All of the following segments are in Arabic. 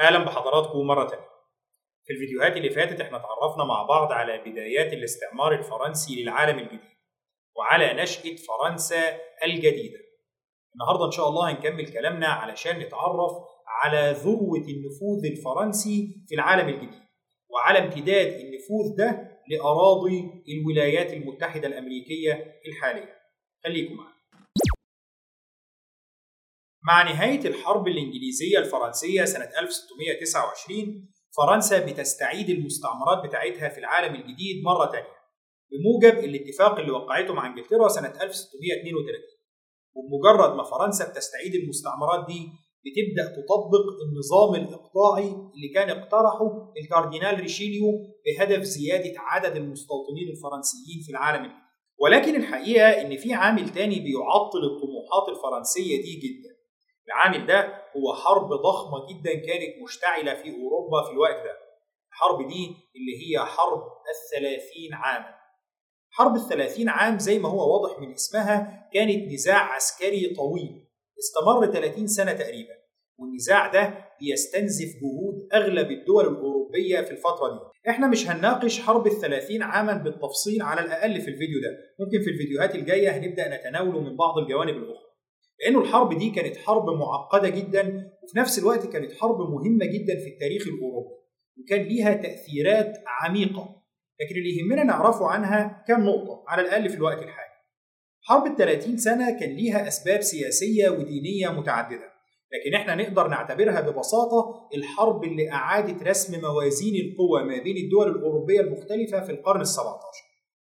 أهلا بحضراتكم مرة تانية. في الفيديوهات اللي فاتت احنا اتعرفنا مع بعض على بدايات الاستعمار الفرنسي للعالم الجديد وعلى نشأة فرنسا الجديدة. النهاردة إن شاء الله هنكمل كلامنا علشان نتعرف على ذروة النفوذ الفرنسي في العالم الجديد وعلى امتداد النفوذ ده لأراضي الولايات المتحدة الأمريكية الحالية. خليكم معنا. مع نهاية الحرب الإنجليزية الفرنسية سنة 1629 فرنسا بتستعيد المستعمرات بتاعتها في العالم الجديد مرة تانية بموجب الاتفاق اللي وقعته مع انجلترا سنة 1632. وبمجرد ما فرنسا بتستعيد المستعمرات دي بتبدأ تطبق النظام الإقطاعي اللي كان اقترحه الكاردينال ريشيليو بهدف زيادة عدد المستوطنين الفرنسيين في العالم الجديد. ولكن الحقيقة إن في عامل تاني بيعطل الطموحات الفرنسية دي جدا. العامل ده هو حرب ضخمة جدا كانت مشتعلة في أوروبا في الوقت ده. الحرب دي اللي هي حرب 30 عاما. حرب 30 عام زي ما هو واضح من اسمها كانت نزاع عسكري طويل استمر 30 سنة تقريبا، والنزاع ده بيستنزف جهود أغلب الدول الأوروبية في الفترة دي. احنا مش هنناقش حرب 30 عاما بالتفصيل على الأقل في الفيديو ده، ممكن في الفيديوهات الجاية هنبدأ نتناوله من بعض الجوانب الأخرى، لأنه الحرب دي كانت حرب معقدة جدا وفي نفس الوقت كانت حرب مهمة جدا في التاريخ الأوروبي وكان ليها تأثيرات عميقة. لكن اللي يهمنا نعرفه عنها كم نقطة على الأقل في الوقت الحالي. حرب 30 سنة كان ليها أسباب سياسية ودينية متعددة، لكن احنا نقدر نعتبرها ببساطة الحرب اللي أعادت رسم موازين القوى ما بين الدول الأوروبية المختلفة في القرن ال17.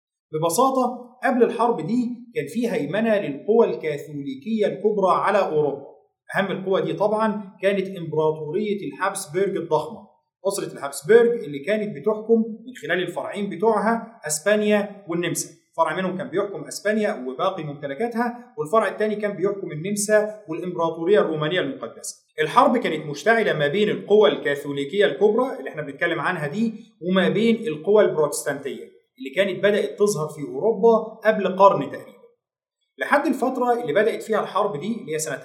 ببساطة قبل الحرب دي كان في هيمنة للقوى الكاثوليكية الكبرى على أوروبا. أهم القوى دي طبعا كانت إمبراطورية الهابسبرج الضخمة، أسرة الهابسبرج اللي كانت بتحكم من خلال الفرعين بتوعها أسبانيا والنمسا. فرع منهم كان بيحكم أسبانيا وباقي ممتلكاتها، والفرع الثاني كان بيحكم النمسا والإمبراطورية الرومانية المقدسة. الحرب كانت مشتعلة ما بين القوى الكاثوليكية الكبرى اللي احنا بنتكلم عنها دي وما بين القوى البروتستانتية اللي كانت بدأت تظهر في أوروبا قبل قرن تقريبا. لحد الفترة اللي بدأت فيها الحرب دي اللي هي سنة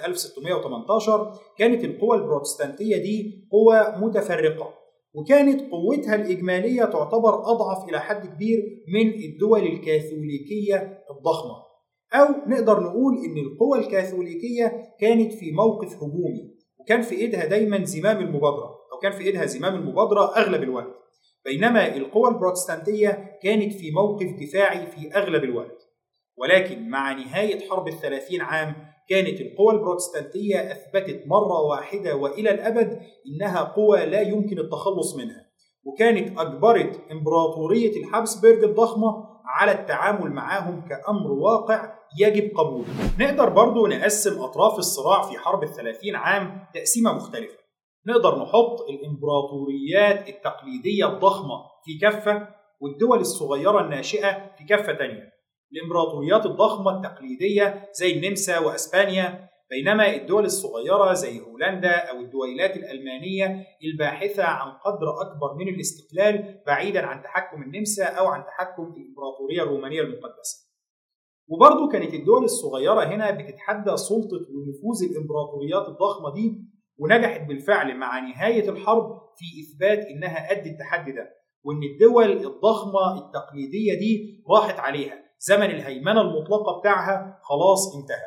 1618 كانت القوى البروتستانتية دي قوى متفرقة، وكانت قوتها الإجمالية تعتبر أضعف إلى حد كبير من الدول الكاثوليكية الضخمة، أو نقدر نقول إن القوى الكاثوليكية كانت في موقف هجومي وكان في إيدها دايما زمام المبادرة، أو كان في إيدها زمام المبادرة أغلب الوقت، بينما القوى البروتستانتية كانت في موقف دفاعي في أغلب الوقت. ولكن مع نهاية حرب 30 عام كانت القوى البروتستانتية أثبتت مرة واحدة وإلى الأبد إنها قوى لا يمكن التخلص منها، وكانت أجبرت إمبراطورية الهابسبرج الضخمة على التعامل معهم كأمر واقع يجب قبوله. نقدر برضو نقسم أطراف الصراع في حرب 30 عام تقسيمة مختلفة. نقدر نحط الإمبراطوريات التقليدية الضخمة في كفة والدول الصغيرة الناشئة في كفة تانية. الإمبراطوريات الضخمة التقليدية زي النمسا وأسبانيا، بينما الدول الصغيرة زي هولندا أو الدويلات الألمانية الباحثة عن قدر أكبر من الاستقلال بعيدا عن تحكم النمسا أو عن تحكم الإمبراطورية الرومانية المقدسة. وبرضو كانت الدول الصغيرة هنا بتتحدى سلطة ونفوذ الإمبراطوريات الضخمة دي، ونجحت بالفعل مع نهاية الحرب في إثبات إنها قد التحدي ده، وإن الدول الضخمة التقليدية دي راحت عليها، زمن الهيمنة المطلقة بتاعها خلاص انتهى.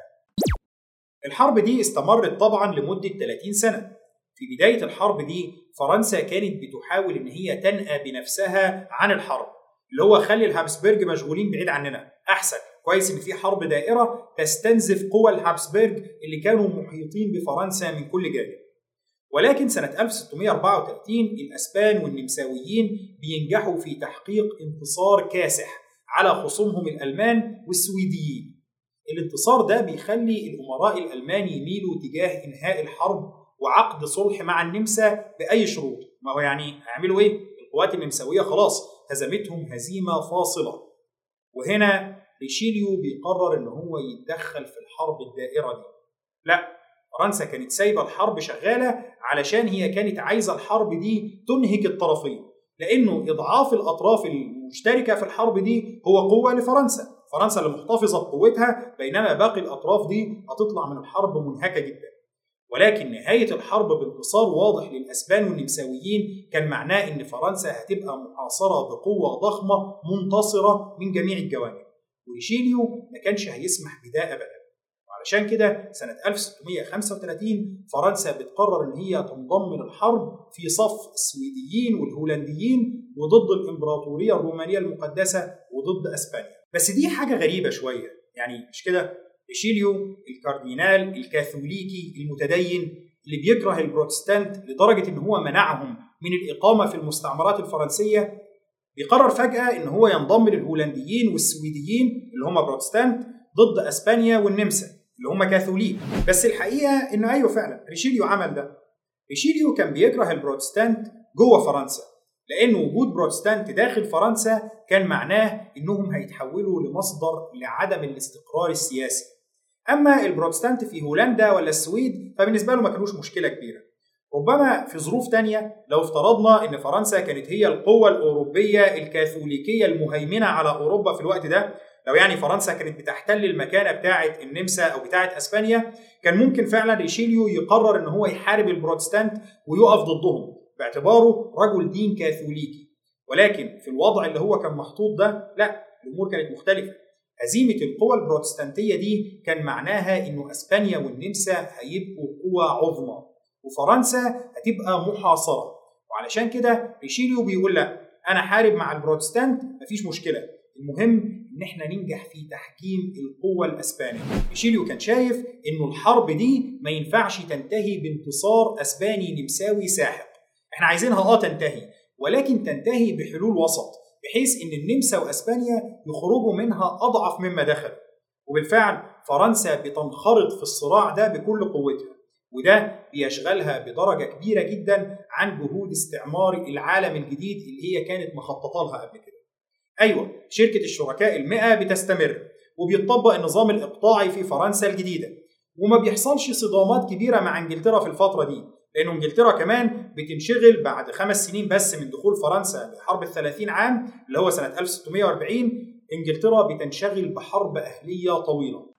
الحرب دي استمرت طبعا لمدة 30 سنة. في بداية الحرب دي فرنسا كانت بتحاول إن هي تنأى بنفسها عن الحرب، اللي هو خلي الهابسبرج مشغولين بعيد عننا أحسن، كويس إن في حرب دائرة تستنزف قوى الهابسبرج اللي كانوا محيطين بفرنسا من كل جانب. ولكن سنة 1634 الأسبان والنمساويين بينجحوا في تحقيق انتصار كاسح على خصومهم الألمان والسويديين. الانتصار ده بيخلي الأمراء الألمان يميلوا تجاه إنهاء الحرب وعقد صلح مع النمسا بأي شروط. ما هو يعني هيعملوا إيه؟ القوات النمساوية خلاص هزمتهم هزيمة فاصلة. وهنا ريشيليو بيقرر إن هو يتدخل في الحرب الدائرة دي. لا، فرنسا كانت سايبة الحرب شغالة علشان هي كانت عايزة الحرب دي تنهك الطرفين، لأنه إضعاف الأطراف المشتركة في الحرب دي هو قوة لفرنسا. فرنسا اللي محتفظة بقوتها، بينما باقي الأطراف دي هتطلع من الحرب منهكة جدا. ولكن نهاية الحرب بانتصار واضح للأسبان والنمساويين كان معناه إن فرنسا هتبقى محاصرة بقوة ضخمة منتصرة من جميع الجوانب، وريشيليو ما كانش هيسمح بده أبدا. وعلشان كده سنة 1635 فرنسا بتقرر إن هي تنضم للحرب في صف السويديين والهولنديين وضد الإمبراطورية الرومانية المقدسة وضد أسبانيا. بس دي حاجة غريبة شوية، يعني مش كده؟ ريشيليو الكاردينال الكاثوليكي المتدين اللي بيكره البروتستانت لدرجة إن هو منعهم من الإقامة في المستعمرات الفرنسية، بيقرر فجأة إن هو ينضم للهولنديين والسويديين اللي هم بروتستانت ضد أسبانيا والنمسا اللي هم كاثوليك. بس الحقيقة إنه أيوه فعلا ريشيليو عمل ده. ريشيليو كان بيكره البروتستانت جوه فرنسا، لأن وجود بروتستانت داخل فرنسا كان معناه إنهم هيتحولوا لمصدر لعدم الاستقرار السياسي. أما البروتستانت في هولندا ولا السويد فبالنسبة له ما كانوش مشكلة كبيرة. ربما في ظروف تانية لو افترضنا إن فرنسا كانت هي القوة الأوروبية الكاثوليكية المهيمنة على أوروبا في الوقت ده، لو يعني فرنسا كانت بتحتل المكانة بتاعة النمسا أو بتاعة أسبانيا، كان ممكن فعلا ريشيليو يقرر إن هو يحارب البروتستانت ويقف ضدهم باعتباره رجل دين كاثوليكي. ولكن في الوضع اللي هو كان محطوط ده لا، الأمور كانت مختلفة. هزيمة القوى البروتستانتية دي كان معناها إنه أسبانيا والنمسا هيبقوا قوى عظمى وفرنسا هتبقى محاصرة. وعلشان كده ريشيليو بيقول لا، أنا حارب مع البروتستانت مفيش مشكلة، المهم إن إحنا ننجح في تحكيم القوة الأسبانية. ريشيليو كان شايف إنه الحرب دي ما ينفعش تنتهي بانتصار أسباني نمساوي ساحق، إحنا عايزينها تنتهي، ولكن تنتهي بحلول وسط بحيث إن النمسا وأسبانيا يخرجوا منها أضعف مما دخلوا. وبالفعل فرنسا بتنخرط في الصراع ده بكل قوتها، وده بيشغلها بدرجة كبيرة جدا عن جهود استعمار العالم الجديد اللي هي كانت مخططة لها قبل كده. أيوة، شركة الشركاء ال100 بتستمر وبيطبق النظام الإقطاعي في فرنسا الجديدة، وما بيحصلش صدامات كبيرة مع إنجلترا في الفترة دي، لأن إنجلترا كمان بتنشغل بعد 5 سنين بس من دخول فرنسا لحرب ال30 عام اللي هو سنة 1640. إنجلترا بتنشغل بحرب أهلية طويلة.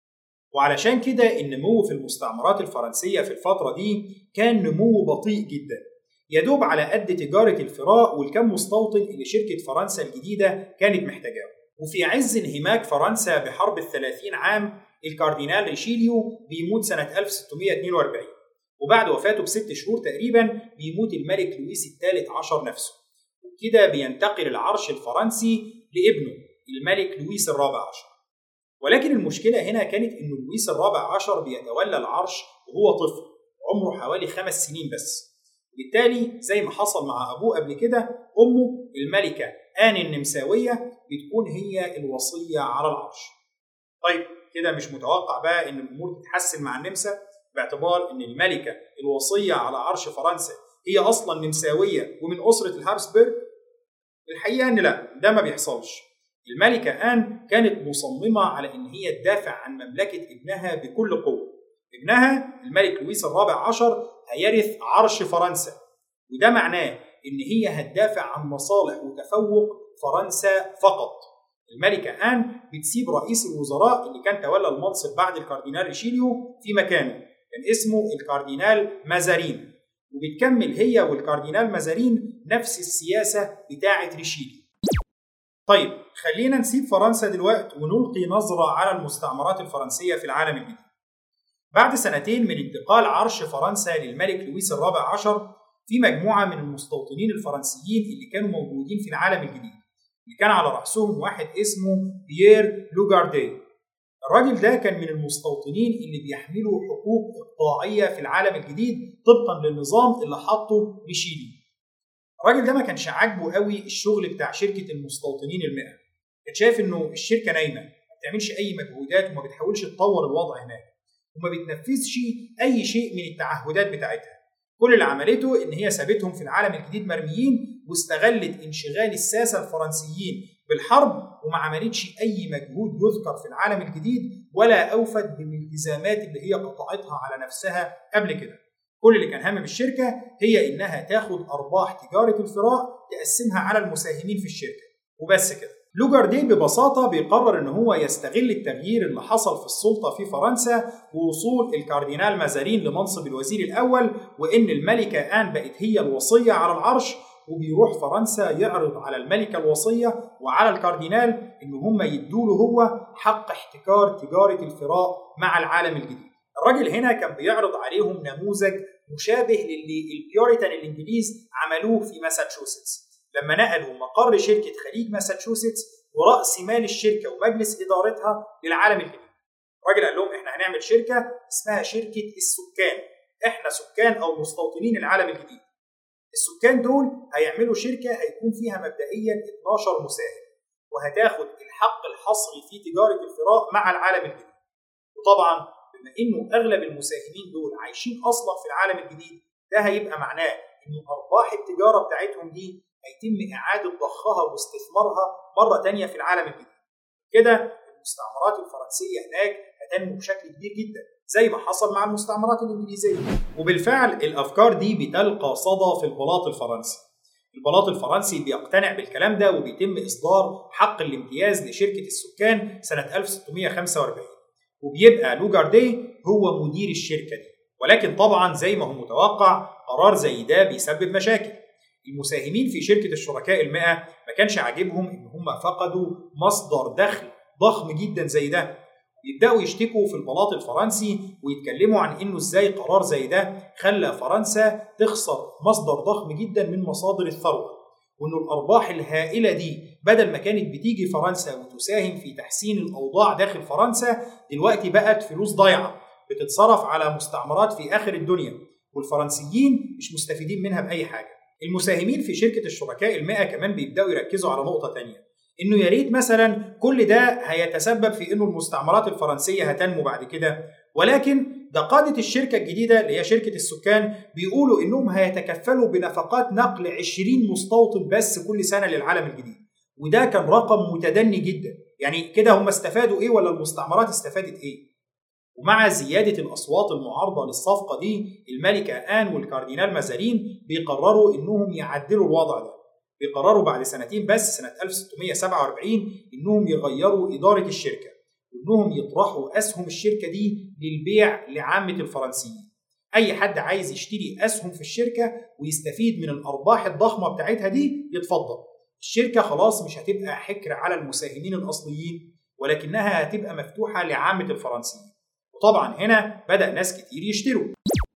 وعلشان كده النمو في المستعمرات الفرنسية في الفترة دي كان نمو بطيء جدا، يدوب على قد تجارة الفراء والكم مستوطن اللي شركة فرنسا الجديدة كانت محتاجاه. وفي عز انهماك فرنسا بحرب ال30 عام الكاردينال ريشيليو بيموت سنة 1642، وبعد وفاته ب6 شهور تقريبا بيموت الملك لويس الثالث عشر نفسه، وكده بينتقل العرش الفرنسي لابنه الملك لويس الرابع عشر. ولكن المشكلة هنا كانت إن لويس الرابع عشر بيتولى العرش وهو طفل عمره حوالي 5 سنين بس، وبالتالي زي ما حصل مع أبوه قبل كده أمه الملكة آن النمساوية بتكون هي الوصية على العرش. طيب كده مش متوقع بقى إن الأمور تتحسن مع النمسا باعتبار إن الملكة الوصية على عرش فرنسا هي أصلا نمساوية ومن أسرة الهابسبرغ؟ الحقيقة إن لا، ده ما بيحصلش. الملكة آن كانت مصممة على إن هي تدافع عن مملكة ابنها بكل قوة. ابنها الملك لويس الرابع عشر هيرث عرش فرنسا، وده معناه إن هي هتدافع عن مصالح وتفوق فرنسا فقط. الملكة آن بتسيب رئيس الوزراء اللي كان تولى المنصب بعد الكاردينال ريشيليو في مكانه، كان اسمه الكاردينال مازارين، وبتكمل هي والكاردينال مازارين نفس السياسة بتاعة ريشيليو. طيب خلينا نسيب فرنسا دلوقتي ونلقي نظرة على المستعمرات الفرنسية في العالم الجديد. بعد 2 سنين من انتقال عرش فرنسا للملك لويس الرابع عشر، في مجموعة من المستوطنين الفرنسيين اللي كانوا موجودين في العالم الجديد، اللي كان على رأسهم واحد اسمه بيير لوغاردي. الراجل ده كان من المستوطنين اللي بيحملوا حقوق إقطاعية في العالم الجديد طبقا للنظام اللي حطه ريشيليو. الراجل ده ما كانش عاجبه قوي الشغل بتاع شركة المستوطنين ال100، كان شايف انه الشركة نايمة ما بتعملش اي مجهودات وما بتحاولش تطور الوضع هناك وما بتنفذش اي شيء من التعهدات بتاعتها. كل اللي عملته ان هي سابتهم في العالم الجديد مرميين واستغلت انشغال الساسة الفرنسيين بالحرب وما عملتش اي مجهود يذكر في العالم الجديد ولا اوفت بالالتزامات اللي هي قطعتها على نفسها قبل كده. كل اللي كان هم بالشركة هي إنها تاخد أرباح تجارة الفراء تقسمها على المساهمين في الشركة وبس كده. لوجارديه ببساطة بيقرر إن هو يستغل التغيير اللي حصل في السلطة في فرنسا ووصول الكاردينال مازارين لمنصب الوزير الأول، وإن الملكة آن بقت هي الوصية على العرش، وبيروح فرنسا يعرض على الملكة الوصية وعلى الكاردينال إن هم يدوله هو حق احتكار تجارة الفراء مع العالم الجديد. الراجل هنا كان بيعرض عليهم نموذج مشابه للي البيوريتان الإنجليز عملوه في ماساتشوستس لما نقلوا مقر شركة خليج ماساتشوستس ورأس مال الشركة ومجلس إدارتها للعالم الجديد. الراجل قال لهم إحنا هنعمل شركة اسمها شركة السكان، إحنا سكان أو مستوطنين العالم الجديد. السكان دول هيعملوا شركة هيكون فيها مبدئيا 12 مساهم، وهتاخد الحق الحصري في تجارة الفراء مع العالم الجديد. وطبعا بما إنه أغلب المساهمين دول عايشين أصلا في العالم الجديد، ده هيبقى معناه إن أرباح التجارة بتاعتهم دي هيتم إعادة ضخها واستثمارها مرة تانية في العالم الجديد. كده المستعمرات الفرنسية هناك هتنمو بشكل كبير جدا زي ما حصل مع المستعمرات الإنجليزية. وبالفعل الأفكار دي بتلقى صدى في البلاط الفرنسي. البلاط الفرنسي بيقتنع بالكلام ده، وبيتم إصدار حق الامتياز لشركة السكان سنة 1645، وبيبقى لوجارديه هو مدير الشركة دي. ولكن طبعا زي ما هو متوقع قرار زي ده بيسبب مشاكل. المساهمين في شركة الشركاء المئة ما كانش عاجبهم إن هم فقدوا مصدر دخل ضخم جدا زي ده، يبدأوا يشتكوا في البلاط الفرنسي ويتكلموا عن إنه إزاي قرار زي ده خلى فرنسا تخسر مصدر ضخم جدا من مصادر الثروة، وإنه الأرباح الهائلة دي بدل ما كانت بتيجي فرنسا وتساهم في تحسين الأوضاع داخل فرنسا، دلوقتي بقت فلوس ضايعة بتتصرف على مستعمرات في آخر الدنيا، والفرنسيين مش مستفيدين منها بأي حاجة. المساهمين في شركة الشركاء المئة كمان بيبدأوا يركزوا على نقطة تانية، إنه يا ريت مثلا كل ده هيتسبب في إنه المستعمرات الفرنسية هتنمو بعد كده، ولكن ده قادة الشركة الجديدة اللي هي شركة السكان بيقولوا إنهم هيتكفلوا بنفقات نقل 20 مستوطن بس كل سنة للعالم الجديد، وده كان رقم متدني جدا. يعني كده هم استفادوا إيه ولا المستعمرات استفادت إيه؟ ومع زيادة الأصوات المعارضة للصفقة دي، الملكة آن والكاردينال مازارين بيقرروا إنهم يعدلوا الوضع ده. بيقرروا بعد سنتين بس سنة 1647 إنهم يغيروا إدارة الشركة، وإنهم يطرحوا أسهم الشركة دي للبيع لعامة الفرنسيين. أي حد عايز يشتري أسهم في الشركة ويستفيد من الأرباح الضخمة بتاعتها دي يتفضل. الشركة خلاص مش هتبقى حكر على المساهمين الأصليين، ولكنها هتبقى مفتوحة لعامة الفرنسيين. وطبعا هنا بدأ ناس كتير يشتروا.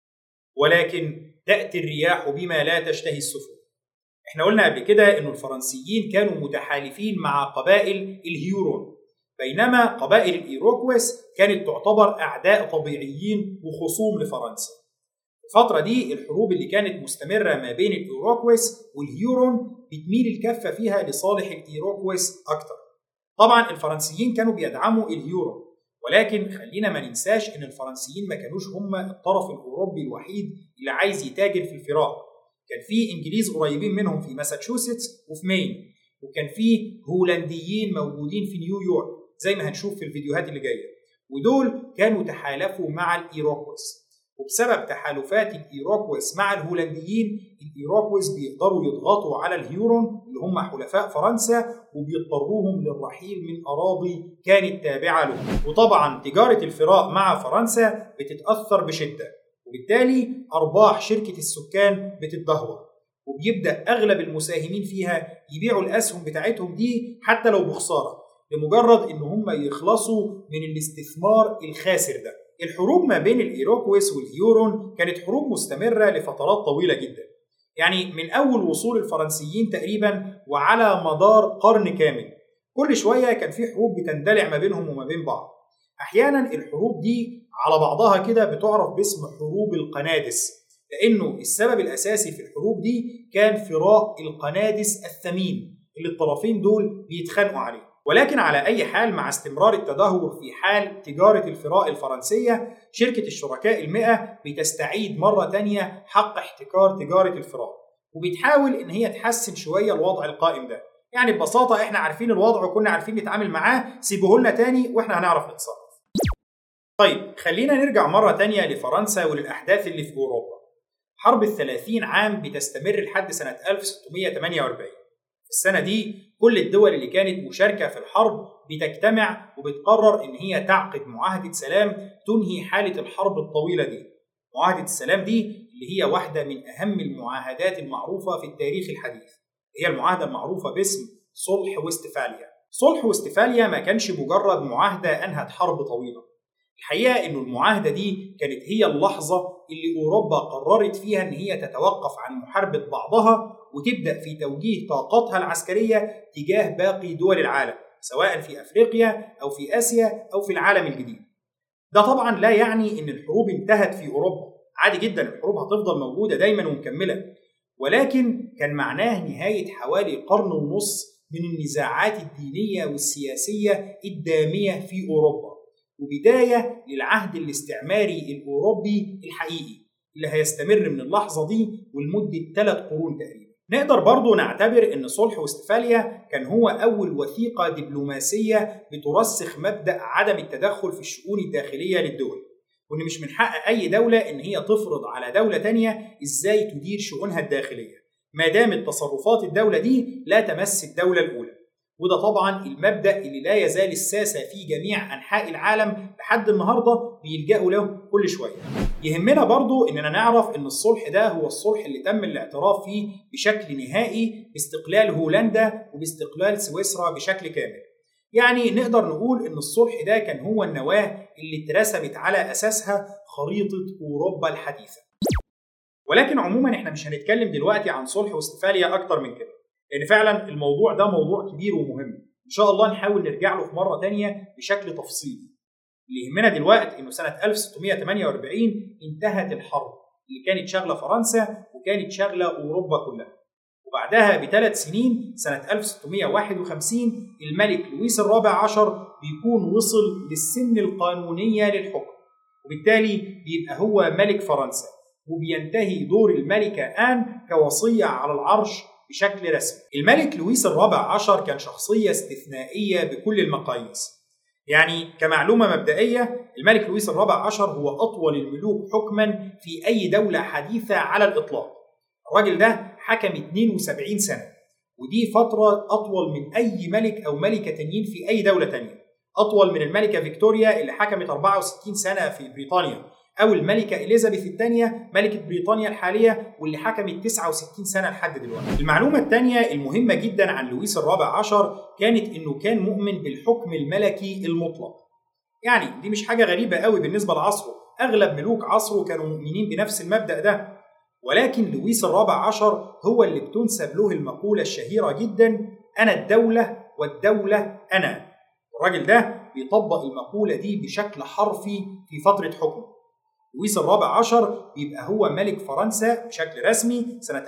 ولكن تأتي الرياح بما لا تشتهي السفن. احنا قلنا قبل كده انه الفرنسيين كانوا متحالفين مع قبائل الهيورون، بينما قبائل الإيروكويس كانت تعتبر أعداء طبيعيين وخصوم لفرنسا. الفترة دي الحروب اللي كانت مستمرة ما بين الإيروكويس والهيورون بتميل الكفة فيها لصالح الإيروكويس أكتر. طبعا الفرنسيين كانوا بيدعموا الهيورون، ولكن خلينا ما ننساش ان الفرنسيين ما كانوش هم الطرف الأوروبي الوحيد اللي عايز يتاجر في الفراء. كان في إنجليز قريبين منهم في ماساتشوستس وفي مين، وكان في هولنديين موجودين في نيويورك زي ما هنشوف في الفيديوهات اللي جاية، ودول كانوا تحالفوا مع الإيروكويس. وبسبب تحالفات الإيروكويس مع الهولنديين، الإيروكويس بيقدروا يضغطوا على الهيورون اللي هم حلفاء فرنسا، وبيضطروهم للرحيل من أراضي كانت تابعة لهم. وطبعا تجارة الفراء مع فرنسا بتتأثر بشدة، وبالتالي أرباح شركة السكان بتتدهور، وبيبدأ أغلب المساهمين فيها يبيعوا الأسهم بتاعتهم دي حتى لو بخسارة، لمجرد إن هم يخلصوا من الاستثمار الخاسر ده. الحروب ما بين الإيروكويس والهيورون كانت حروب مستمرة لفترات طويلة جدا، يعني من أول وصول الفرنسيين تقريبا وعلى مدار قرن كامل. كل شوية كان في حروب بتندلع ما بينهم وما بين بعض. أحيانا الحروب دي على بعضها كده بتعرف باسم حروب القنادس، لأنه السبب الأساسي في الحروب دي كان فراء القنادس الثمين اللي الطرفين دول بيتخانقوا عليه. ولكن على أي حال، مع استمرار التدهور في حال تجارة الفراء الفرنسية، شركة الشركاء المئة بتستعيد مرة تانية حق احتكار تجارة الفراء، وبتحاول إن هي تحسن شوية الوضع القائم ده. يعني ببساطة إحنا عارفين الوضع وكنا عارفين نتعامل معاه، سيبوه لنا تاني وإحنا هنعرف نتصرف. طيب خلينا نرجع مرة تانية لفرنسا وللأحداث اللي في أوروبا. حرب ال30 عام بتستمر لحد سنة 1648. في السنة دي كل الدول اللي كانت مشاركة في الحرب بتجتمع وبتقرر إن هي تعقد معاهدة سلام تنهي حالة الحرب الطويلة دي. معاهدة السلام دي اللي هي واحدة من أهم المعاهدات المعروفة في التاريخ الحديث، هي المعاهدة المعروفة باسم صلح وستفاليا. صلح وستفاليا ما كانش مجرد معاهدة أنهت حرب طويلة، الحقيقة إنه المعاهدة دي كانت هي اللحظة اللي أوروبا قررت فيها إن هي تتوقف عن محاربة بعضها وتبدأ في توجيه طاقتها العسكرية تجاه باقي دول العالم، سواء في أفريقيا أو في آسيا أو في العالم الجديد. ده طبعا لا يعني إن الحروب انتهت في أوروبا، عادي جدا الحروب هتفضل موجودة دايما ومكملة، ولكن كان معناه نهاية حوالي قرن ونص من النزاعات الدينية والسياسية الدامية في أوروبا، وبداية للعهد الاستعماري الأوروبي الحقيقي اللي هيستمر من اللحظة دي ولمدة 3 قرون تقريبا. نقدر برضو نعتبر أن صلح وستفاليا كان هو أول وثيقة دبلوماسية بترسخ مبدأ عدم التدخل في الشؤون الداخلية للدول، وإن مش من حق أي دولة إن هي تفرض على دولة تانية إزاي تدير شؤونها الداخلية ما دام تصرفات الدولة دي لا تمس الدولة الأولى. وده طبعا المبدأ اللي لا يزال الساسة في جميع أنحاء العالم لحد النهاردة بيلجأوا له كل شوية. يهمنا برضو إننا نعرف إن الصلح ده هو الصلح اللي تم الاعتراف فيه بشكل نهائي باستقلال هولندا وباستقلال سويسرا بشكل كامل. يعني نقدر نقول إن الصلح ده كان هو النواة اللي اترسمت على أساسها خريطة أوروبا الحديثة. ولكن عموما إحنا مش هنتكلم دلوقتي عن صلح وستفاليا أكتر من كده، لأن فعلا الموضوع ده موضوع كبير ومهم، إن شاء الله نحاول نرجع له في مرة تانية بشكل تفصيلي. اللي يهمنا دلوقتي إنه سنة 1648 انتهت الحرب اللي كانت شاغلة فرنسا وكانت شاغلة أوروبا كلها، وبعدها ب3 سنين سنة 1651 الملك لويس الرابع عشر بيكون وصل للسن القانونية للحكم، وبالتالي بيبقى هو ملك فرنسا، وبينتهي دور الملكة آن كوصية على العرش بشكل رسمي. الملك لويس الرابع عشر كان شخصية استثنائية بكل المقاييس. يعني كمعلومة مبدئية، الملك لويس الرابع عشر هو أطول الملوك حكما في أي دولة حديثة على الإطلاق. الراجل ده حكم 72 سنة، ودي فترة أطول من أي ملك أو ملكة تانيين في أي دولة تانية، أطول من الملكة فيكتوريا اللي حكمت 64 سنة في بريطانيا، أو الملكة إليزابيث الثانية ملكة بريطانيا الحالية واللي حكمت 69 سنة لحد دلوقتي. المعلومة الثانية المهمة جدا عن لويس الرابع عشر كانت إنه كان مؤمن بالحكم الملكي المطلق. يعني دي مش حاجة غريبة قوي بالنسبة لعصره، أغلب ملوك عصره كانوا مؤمنين بنفس المبدأ ده، ولكن لويس الرابع عشر هو اللي بتنسب له المقولة الشهيرة جدا: أنا الدولة والدولة أنا. الراجل ده بيطبق المقولة دي بشكل حرفي في فترة حكمه. لويس الرابع عشر بيبقى هو ملك فرنسا بشكل رسمي سنة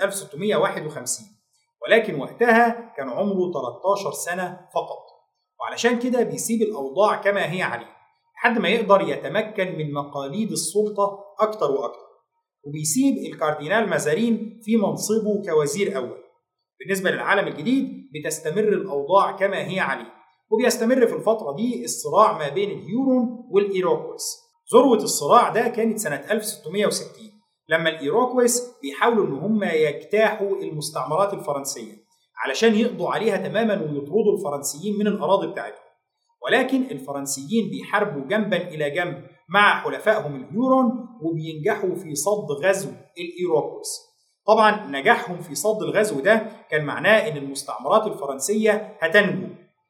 1651، ولكن وقتها كان عمره 13 سنة فقط، وعلشان كده بيسيب الأوضاع كما هي عليه لحد ما يقدر يتمكن من مقاليد السلطة أكتر وأكتر، وبيسيب الكاردينال مازارين في منصبه كوزير أول. بالنسبة للعالم الجديد بتستمر الأوضاع كما هي عليه، وبيستمر في الفترة دي الصراع ما بين الهيورون والإيروكويس. ذروة الصراع ده كانت سنة 1660 لما الإيروكويس بيحاولوا إن هم يجتاحوا المستعمرات الفرنسية علشان يقضوا عليها تماما ويطردوا الفرنسيين من الأراضي بتاعتهم، ولكن الفرنسيين بيحاربوا جنبا إلى جنب مع حلفائهم الهيورون وبينجحوا في صد غزو الإيروكويس. طبعا نجاحهم في صد الغزو ده كان معناه إن المستعمرات الفرنسية هتنجو،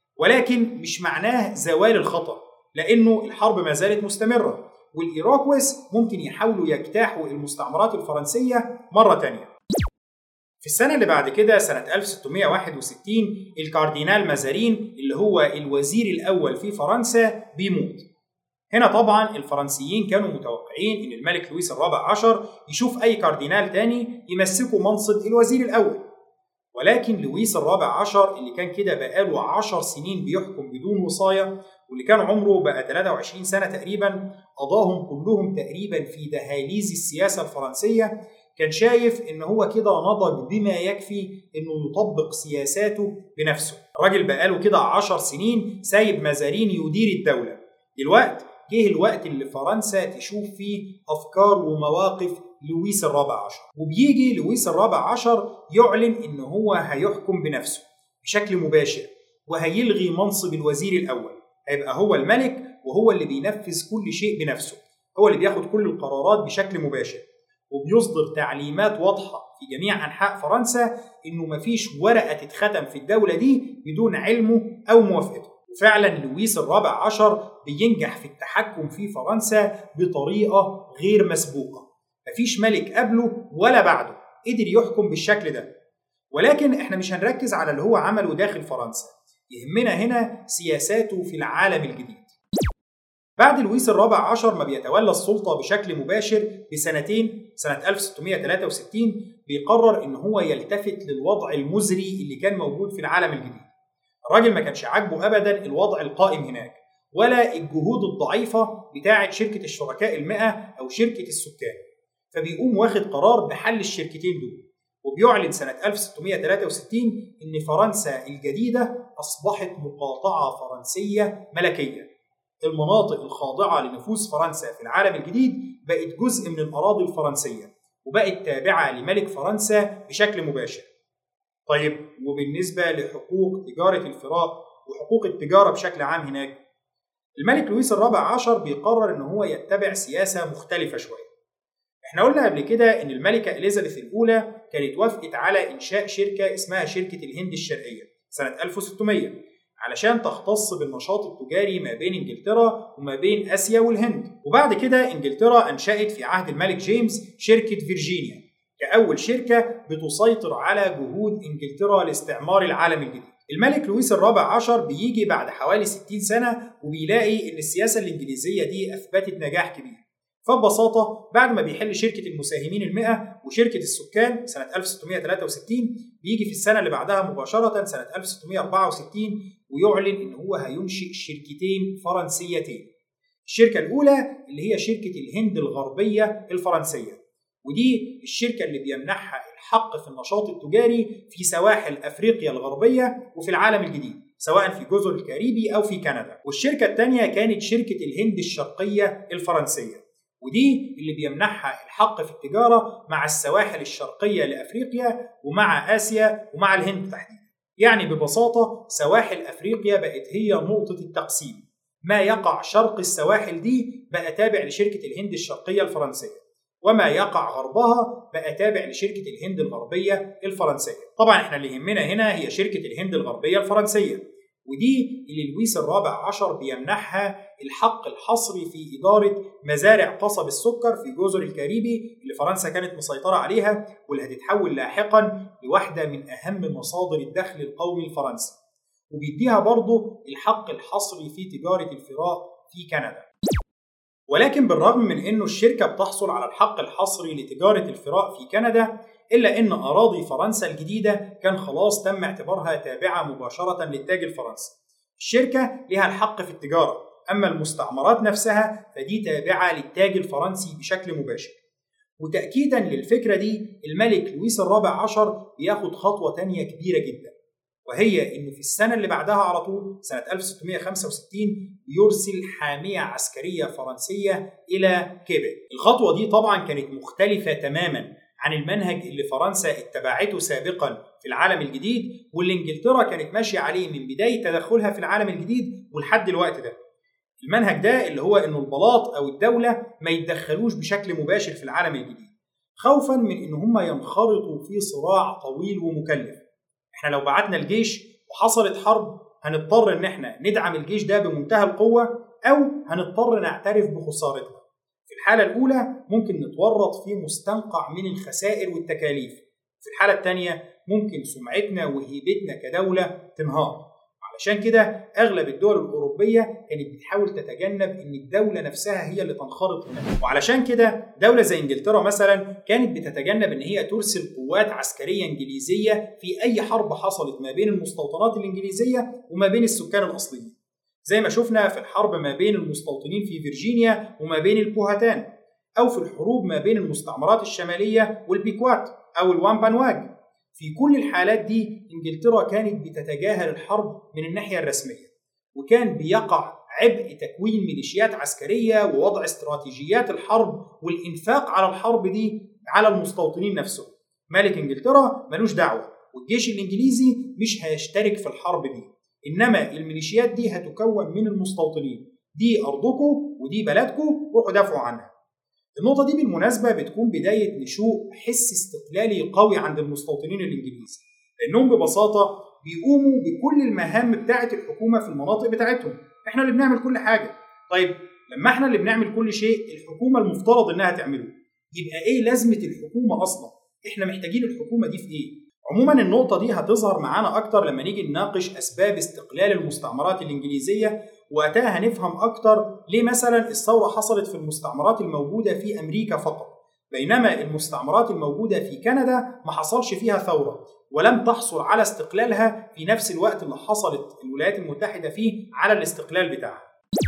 ولكن مش معناه زوال الخطر، لأنه الحرب ما زالت مستمرة والإيروكويس ممكن يحاولوا يجتاحوا المستعمرات الفرنسية مرة تانية. في السنة اللي بعد كده سنة 1661 الكاردينال مازارين اللي هو الوزير الأول في فرنسا بيموت. هنا طبعا الفرنسيين كانوا متوقعين إن الملك لويس الرابع عشر يشوف أي كاردينال تاني يمسكوا منصب الوزير الأول، ولكن لويس الرابع عشر اللي كان كده بقاله 10 سنين بيحكم بدون وصاية، واللي كان عمره بقى 23 سنة تقريبا، قضاهم كلهم تقريبا في دهاليز السياسة الفرنسية، كان شايف إن هو كده نضج بما يكفي إنه يطبق سياساته بنفسه. الراجل بقاله كده 10 سنين سايب مازارين يدير الدولة. دلوقتي جه الوقت اللي فرنسا تشوف فيه أفكار ومواقف لويس الرابع عشر، وبيجي لويس الرابع عشر يعلن إن هو هيحكم بنفسه بشكل مباشر، وهيلغي منصب الوزير الأول، هيبقى هو الملك وهو اللي بينفذ كل شيء بنفسه، هو اللي بياخد كل القرارات بشكل مباشر، وبيصدر تعليمات واضحة في جميع أنحاء فرنسا إنه مفيش ورقة تتختم في الدولة دي بدون علمه أو موافقته. وفعلا لويس الرابع عشر بينجح في التحكم في فرنسا بطريقة غير مسبوقة، مفيش ملك قبله ولا بعده قدر يحكم بالشكل ده. ولكن احنا مش هنركز على اللي هو عمله داخل فرنسا، يهمنا هنا سياساته في العالم الجديد. بعد لويس الرابع عشر ما بيتولى السلطة بشكل مباشر بسنتين، سنة 1663 بيقرر إن هو يلتفت للوضع المزري اللي كان موجود في العالم الجديد. الراجل ما كانش عاجبه أبدا الوضع القائم هناك، ولا الجهود الضعيفة بتاعة شركة الشركاء المئة أو شركة السكان، فبيقوم واخد قرار بحل الشركتين دول، وبيعلن سنة 1663 إن فرنسا الجديدة أصبحت مقاطعة فرنسية ملكية. المناطق الخاضعة لنفوذ فرنسا في العالم الجديد بقت جزء من الأراضي الفرنسية، وبقت تابعة لملك فرنسا بشكل مباشر. طيب، وبالنسبة لحقوق تجارة الفراء وحقوق التجارة بشكل عام هناك، الملك لويس الرابع عشر بيقرر إن هو يتبع سياسة مختلفة شوية. احنا قلنا قبل كده إن الملكة إليزابيث الأولى كانت وافقت على إنشاء شركة اسمها شركة الهند الشرقية سنة 1600 علشان تختص بالنشاط التجاري ما بين إنجلترا وما بين آسيا والهند. وبعد كده إنجلترا أنشأت في عهد الملك جيمس شركة فيرجينيا كأول شركة بتسيطر على جهود إنجلترا لاستعمار العالم الجديد. الملك لويس الرابع عشر بيجي بعد حوالي 60 سنة وبيلاقي إن السياسة الإنجليزية دي أثبتت نجاح كبير. فببساطة بعد ما بيحل شركة المساهمين المئة وشركة السكان سنة 1663 بيجي في السنة اللي بعدها مباشرة سنة 1664 ويعلن إن هو هينشئ شركتين فرنسيتين. الشركة الأولى اللي هي شركة الهند الغربية الفرنسية، ودي الشركة اللي بيمنحها الحق في النشاط التجاري في سواحل أفريقيا الغربية وفي العالم الجديد، سواء في جزر الكاريبي أو في كندا. والشركة الثانية كانت شركة الهند الشرقية الفرنسية، ودي اللي بيمنحها الحق في التجارة مع السواحل الشرقية لأفريقيا ومع آسيا ومع الهند تحديدا. يعني ببساطة سواحل أفريقيا بقت هي نقطة التقسيم، ما يقع شرق السواحل دي بقى تابع لشركة الهند الشرقية الفرنسية، وما يقع غربها بقى تابع لشركة الهند الغربية الفرنسية. طبعا احنا اللي يهمنا هنا هي شركة الهند الغربية الفرنسية، ودي اللي لويس الرابع عشر بيمنحها الحق الحصري في إدارة مزارع قصب السكر في جزر الكاريبي اللي فرنسا كانت مسيطرة عليها، واللي هتتحول لاحقا لواحدة من أهم مصادر الدخل القومي الفرنسي. وبيديها برضه الحق الحصري في تجارة الفراء في كندا. ولكن بالرغم من أنه الشركة بتحصل على الحق الحصري لتجارة الفراء في كندا، إلا أن أراضي فرنسا الجديدة كان خلاص تم اعتبارها تابعة مباشرة للتاج الفرنسي. الشركة لها الحق في التجارة، أما المستعمرات نفسها فدي تابعة للتاج الفرنسي بشكل مباشر. وتأكيدا للفكرة دي الملك لويس الرابع عشر بياخد خطوة تانية كبيرة جدا، وهي إنه في السنة اللي بعدها على طول سنة 1665 بيرسل حامية عسكرية فرنسية إلى كيبك. الخطوة دي طبعا كانت مختلفة تماما عن المنهج اللي فرنسا اتبعته سابقا في العالم الجديد، واللي انجلترا كانت ماشية عليه من بداية تدخلها في العالم الجديد ولحد الوقت ده. المنهج ده اللي هو إنه البلاط أو الدولة ما يتدخلوش بشكل مباشر في العالم الجديد، خوفا من إن هم ينخرطوا في صراع طويل ومكلف. احنا لو بعتنا الجيش وحصلت حرب هنضطر ان احنا ندعم الجيش ده بمنتهى القوة، او هنضطر نعترف بخسارتنا. في الحالة الاولى ممكن نتورط في مستنقع من الخسائر والتكاليف، في الحالة الثانية ممكن سمعتنا وهيبتنا كدولة تنهار. علشان كده اغلب الدول الاوروبيه كانت بتحاول تتجنب ان الدوله نفسها هي اللي تنخرط هناك، وعلشان كده دوله زي انجلترا مثلا كانت بتتجنب ان هي ترسل قوات عسكريه انجليزيه في اي حرب حصلت ما بين المستوطنات الانجليزيه وما بين السكان الاصليين، زي ما شفنا في الحرب ما بين المستوطنين في فيرجينيا وما بين البوهاتان، او في الحروب ما بين المستعمرات الشماليه والبيكوات او الوامبانواج. في كل الحالات دي انجلترا كانت بتتجاهل الحرب من الناحية الرسمية، وكان بيقع عبء تكوين ميليشيات عسكرية ووضع استراتيجيات الحرب والإنفاق على الحرب دي على المستوطنين نفسهم. ملك انجلترا ملوش دعوة، والجيش الإنجليزي مش هيشترك في الحرب دي، إنما الميليشيات دي هتكون من المستوطنين، دي أرضكم ودي بلدكم، روحوا دافعوا عنها. النقطة دي بالمناسبة بتكون بداية نشوء حس استقلالي قوي عند المستوطنين الإنجليز، لأنهم ببساطة بيقوموا بكل المهام بتاعة الحكومة في المناطق بتاعتهم. إحنا اللي بنعمل كل حاجة. طيب لما إحنا اللي بنعمل كل شيء الحكومة المفترض إنها تعمله، يبقى إيه لازمة الحكومة أصلا؟ إحنا محتاجين الحكومة دي في إيه؟ عموما النقطة دي هتظهر معانا أكتر لما نيجي نناقش أسباب استقلال المستعمرات الإنجليزية، وقتها هنفهم أكتر ليه مثلا الثورة حصلت في المستعمرات الموجودة في أمريكا فقط، بينما المستعمرات الموجودة في كندا ما حصلش فيها ثورة ولم تحصل على استقلالها في نفس الوقت اللي حصلت الولايات المتحدة فيه على الاستقلال بتاعها.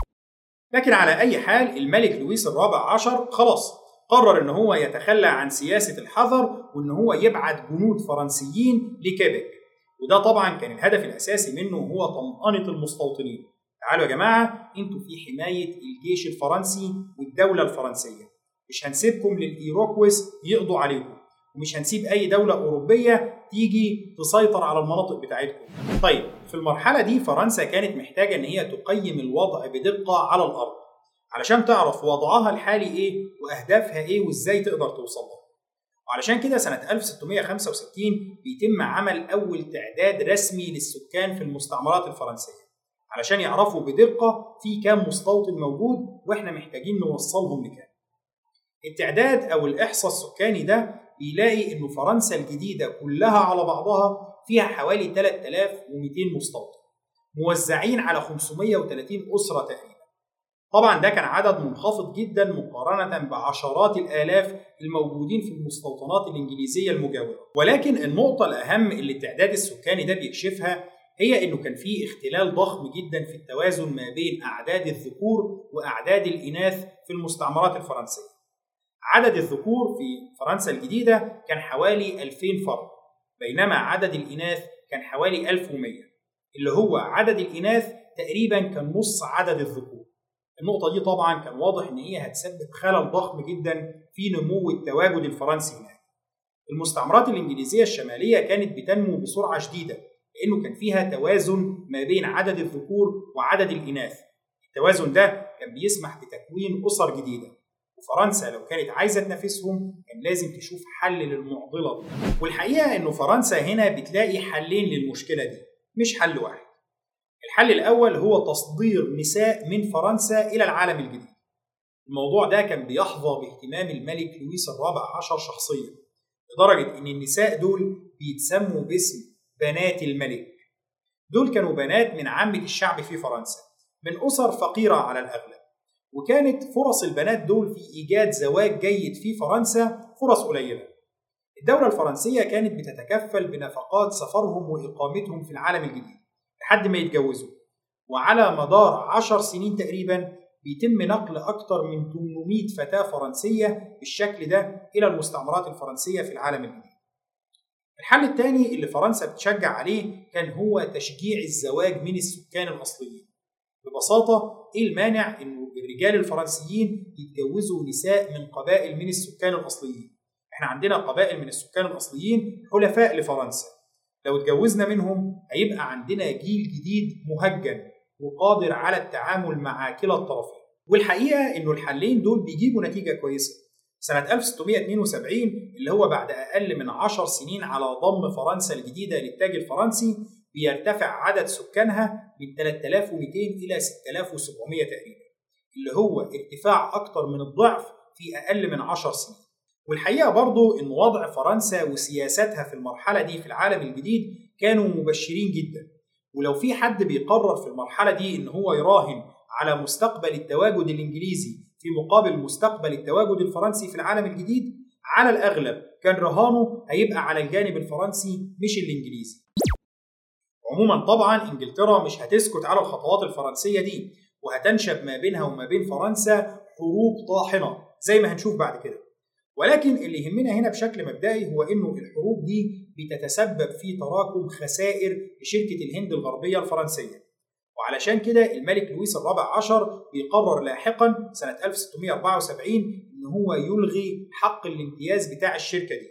لكن على أي حال الملك لويس الرابع عشر خلاص قرر إن هو يتخلى عن سياسة الحذر وإن هو يبعت جنود فرنسيين لكيبك، وده طبعا كان الهدف الأساسي منه هو طمأنة المستوطنين. تعالوا يا جماعة انتوا في حماية الجيش الفرنسي والدولة الفرنسية، مش هنسيبكم للإيروكويس يقضوا عليكم، ومش هنسيب أي دولة أوروبية تيجي تسيطر على المناطق بتاعتكم. طيب في المرحلة دي فرنسا كانت محتاجة إن هي تقيم الوضع بدقة على الأرض علشان تعرف وضعها الحالي إيه وأهدافها إيه وإزاي تقدر توصل لها. وعلشان كده سنة 1665 بيتم عمل أول تعداد رسمي للسكان في المستعمرات الفرنسية علشان يعرفوا بدقة في كام مستوطن موجود وإحنا محتاجين نوصلهم لكام. التعداد أو الإحصاء السكاني ده بيلاقي إنه فرنسا الجديدة كلها على بعضها فيها حوالي 3200 مستوطن موزعين على 530 أسرة تقريبا. طبعا ده كان عدد منخفض جدا مقارنة بعشرات الآلاف الموجودين في المستوطنات الإنجليزية المجاورة. ولكن النقطة الأهم اللي التعداد السكاني ده بيكشفها هي إنه كان فيه اختلال ضخم جدا في التوازن ما بين أعداد الذكور وأعداد الإناث في المستعمرات الفرنسية. عدد الذكور في فرنسا الجديدة كان حوالي 2000 فرد، بينما عدد الإناث كان حوالي 1100، اللي هو عدد الإناث تقريبا كان نص عدد الذكور. النقطة دي طبعا كان واضح إن هي هتسبب خلل ضخم جدا في نمو التواجد الفرنسي هناك. المستعمرات الإنجليزية الشمالية كانت بتنمو بسرعة شديدة لأنه كان فيها توازن ما بين عدد الذكور وعدد الإناث. التوازن ده كان بيسمح بتكوين أسر جديدة، وفرنسا لو كانت عايزة تنافسهم كان لازم تشوف حل للمعضلة دي. والحقيقة إنه فرنسا هنا بتلاقي حلين للمشكلة دي مش حل واحد. الحل الأول هو تصدير نساء من فرنسا إلى العالم الجديد. الموضوع ده كان بيحظى باهتمام الملك لويس الرابع عشر شخصيا، لدرجة إن النساء دول بيتسموا باسم بنات الملك. دول كانوا بنات من عامة الشعب في فرنسا من أسر فقيرة على الأغلب، وكانت فرص البنات دول في إيجاد زواج جيد في فرنسا فرص قليلة. الدولة الفرنسية كانت بتتكفل بنفقات سفرهم وإقامتهم في العالم الجديد لحد ما يتجوزوا، وعلى مدار 10 سنين تقريبا بيتم نقل أكثر من 800 فتاة فرنسية بالشكل ده إلى المستعمرات الفرنسية في العالم الجديد. الحل الثاني اللي فرنسا بتشجع عليه كان هو تشجيع الزواج من السكان الأصليين. ببساطة إيه المانع إنه الرجال الفرنسيين يتجوزوا نساء من قبائل من السكان الأصليين؟ إحنا عندنا قبائل من السكان الأصليين حلفاء لفرنسا، لو اتجوزنا منهم هيبقى عندنا جيل جديد مهجن وقادر على التعامل مع كلا الطرفين. والحقيقة إنه الحلين دول بيجيبوا نتيجة كويسة. سنة 1672 اللي هو بعد أقل من 10 سنين على ضم فرنسا الجديدة للتاج الفرنسي بيرتفع عدد سكانها من 3200 إلى 6700 تقريبا، اللي هو ارتفاع أكثر من الضعف في أقل من 10 سنين. والحقيقة برضو إن وضع فرنسا وسياساتها في المرحلة دي في العالم الجديد كانوا مبشرين جدا، ولو في حد بيقرر في المرحلة دي إن هو يراهن على مستقبل التواجد الإنجليزي في مقابل مستقبل التواجد الفرنسي في العالم الجديد، على الأغلب كان رهانه هيبقى على الجانب الفرنسي مش الإنجليزي. عموما طبعا إنجلترا مش هتسكت على الخطوات الفرنسية دي، وهتنشب ما بينها وما بين فرنسا حروب طاحنة زي ما هنشوف بعد كده. ولكن اللي يهمنا هنا بشكل مبدئي هو إنه الحروب دي بتتسبب في تراكم خسائر لشركة الهند الغربية الفرنسية، وعلشان كده الملك لويس الرابع عشر بيقرر لاحقا سنة 1674 إن هو يلغي حق الامتياز بتاع الشركة دي،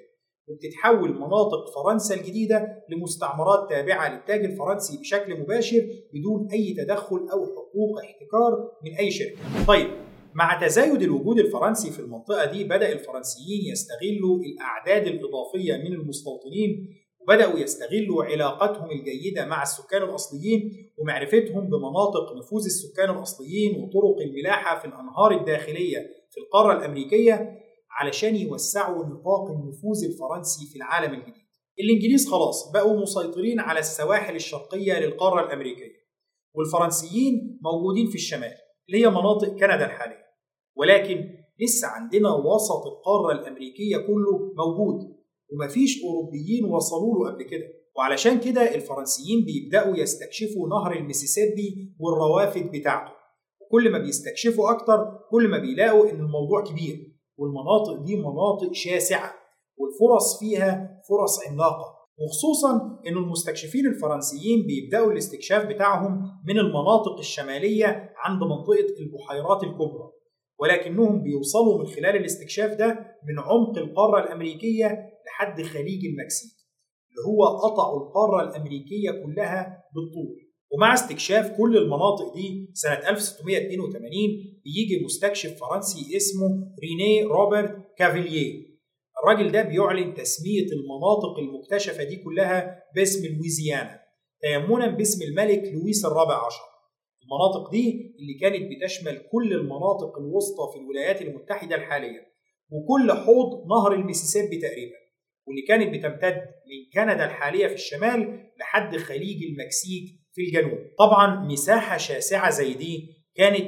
وبتتحول مناطق فرنسا الجديدة لمستعمرات تابعة للتاج الفرنسي بشكل مباشر بدون أي تدخل أو حقوق احتكار من أي شركة. طيب، مع تزايد الوجود الفرنسي في المنطقة دي بدأ الفرنسيين يستغلوا الأعداد الإضافية من المستوطنين، وبدأوا يستغلوا علاقتهم الجيدة مع السكان الأصليين ومعرفتهم بمناطق نفوذ السكان الأصليين وطرق الملاحة في الأنهار الداخلية في القارة الأمريكية علشان يوسعوا نطاق النفوذ الفرنسي في العالم الجديد. الإنجليز خلاص بقوا مسيطرين على السواحل الشرقية للقارة الأمريكية، والفرنسيين موجودين في الشمال اللي هي مناطق كندا الحالية، ولكن لسه عندنا وسط القارة الأمريكية كله موجود ومفيش أوروبيين وصلوا له قبل كده. وعلشان كده الفرنسيين بيبدأوا يستكشفوا نهر المسيسيبي والروافد بتاعته، وكل ما بيستكشفوا أكتر كل ما بيلاقوا إن الموضوع كبير، والمناطق دي مناطق شاسعة والفرص فيها فرص عملاقة، وخصوصا إن المستكشفين الفرنسيين بيبدأوا الاستكشاف بتاعهم من المناطق الشمالية عند منطقة البحيرات الكبرى، ولكنهم بيوصلوا من خلال الاستكشاف ده من عمق القارة الأمريكية لحد خليج المكسيك اللي هو قطعوا القارة الأمريكية كلها بالطول. ومع استكشاف كل المناطق دي سنة 1682 بيجي مستكشف فرنسي اسمه رينيه روبرت كافيليه. الراجل ده بيعلن تسمية المناطق المكتشفة دي كلها باسم لويزيانا تيمنا باسم الملك لويس الرابع عشر. المناطق دي اللي كانت بتشمل كل المناطق الوسطى في الولايات المتحدة الحالية وكل حوض نهر المسيسيبي تقريبا، واللي كانت بتمتد من كندا الحالية في الشمال لحد خليج المكسيك في الجنوب. طبعا مساحة شاسعة زي دي كانت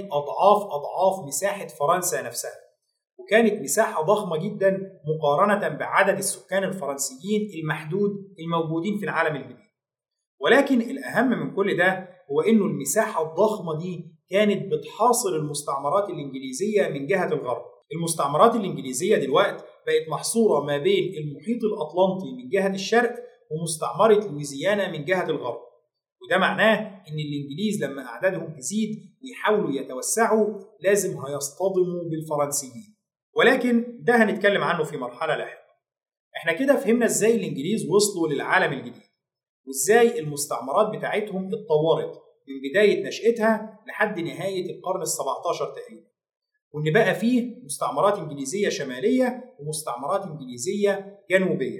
أضعاف مساحة فرنسا نفسها، وكانت مساحة ضخمة جدا مقارنة بعدد السكان الفرنسيين المحدود الموجودين في العالم الجديد. ولكن الأهم من كل ده هو إنه المساحة الضخمة دي كانت بتحاصر المستعمرات الإنجليزية من جهة الغرب. المستعمرات الإنجليزية دلوقتي بقت محصورة ما بين المحيط الأطلنطي من جهة الشرق ومستعمرة لويزيانا من جهة الغرب، وده معناه إن الإنجليز لما أعدادهم تزيد ويحاولوا يتوسعوا لازم هيصطدموا بالفرنسيين، ولكن ده هنتكلم عنه في مرحلة لاحقة. احنا كده فهمنا ازاي الإنجليز وصلوا للعالم الجديد، وازاي المستعمرات بتاعتهم اتطورت من بداية نشأتها لحد نهاية القرن ال17 تقريبا، وإن بقى فيه مستعمرات إنجليزية شمالية ومستعمرات إنجليزية جنوبية.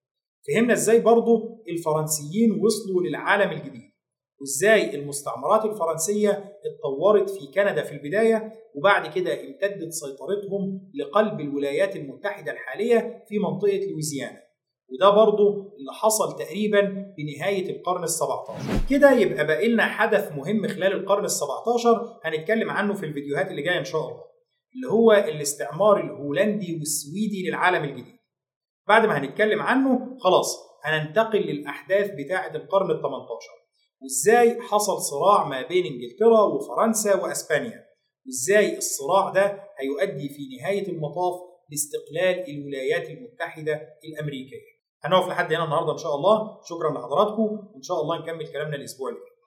فهمنا إزاي برضو الفرنسيين وصلوا للعالم الجديد، وإزاي المستعمرات الفرنسية اتطورت في كندا في البداية وبعد كده امتدت سيطرتهم لقلب الولايات المتحدة الحالية في منطقة لويزيانا، وده برضو اللي حصل تقريبا بنهاية القرن ال17. كده يبقى بقى لنا حدث مهم خلال القرن ال17 هنتكلم عنه في الفيديوهات اللي جاية إن شاء الله، اللي هو الاستعمار الهولندي والسويدي للعالم الجديد. بعد ما هنتكلم عنه خلاص هننتقل للأحداث بتاعة القرن ال18، وإزاي حصل صراع ما بين إنجلترا وفرنسا وأسبانيا، وإزاي الصراع ده هيؤدي في نهاية المطاف لاستقلال الولايات المتحدة الأمريكية. هنقف لحد هنا النهاردة إن شاء الله. شكرا لحضراتكم، وإن شاء الله نكمل كلامنا الأسبوع الجاي.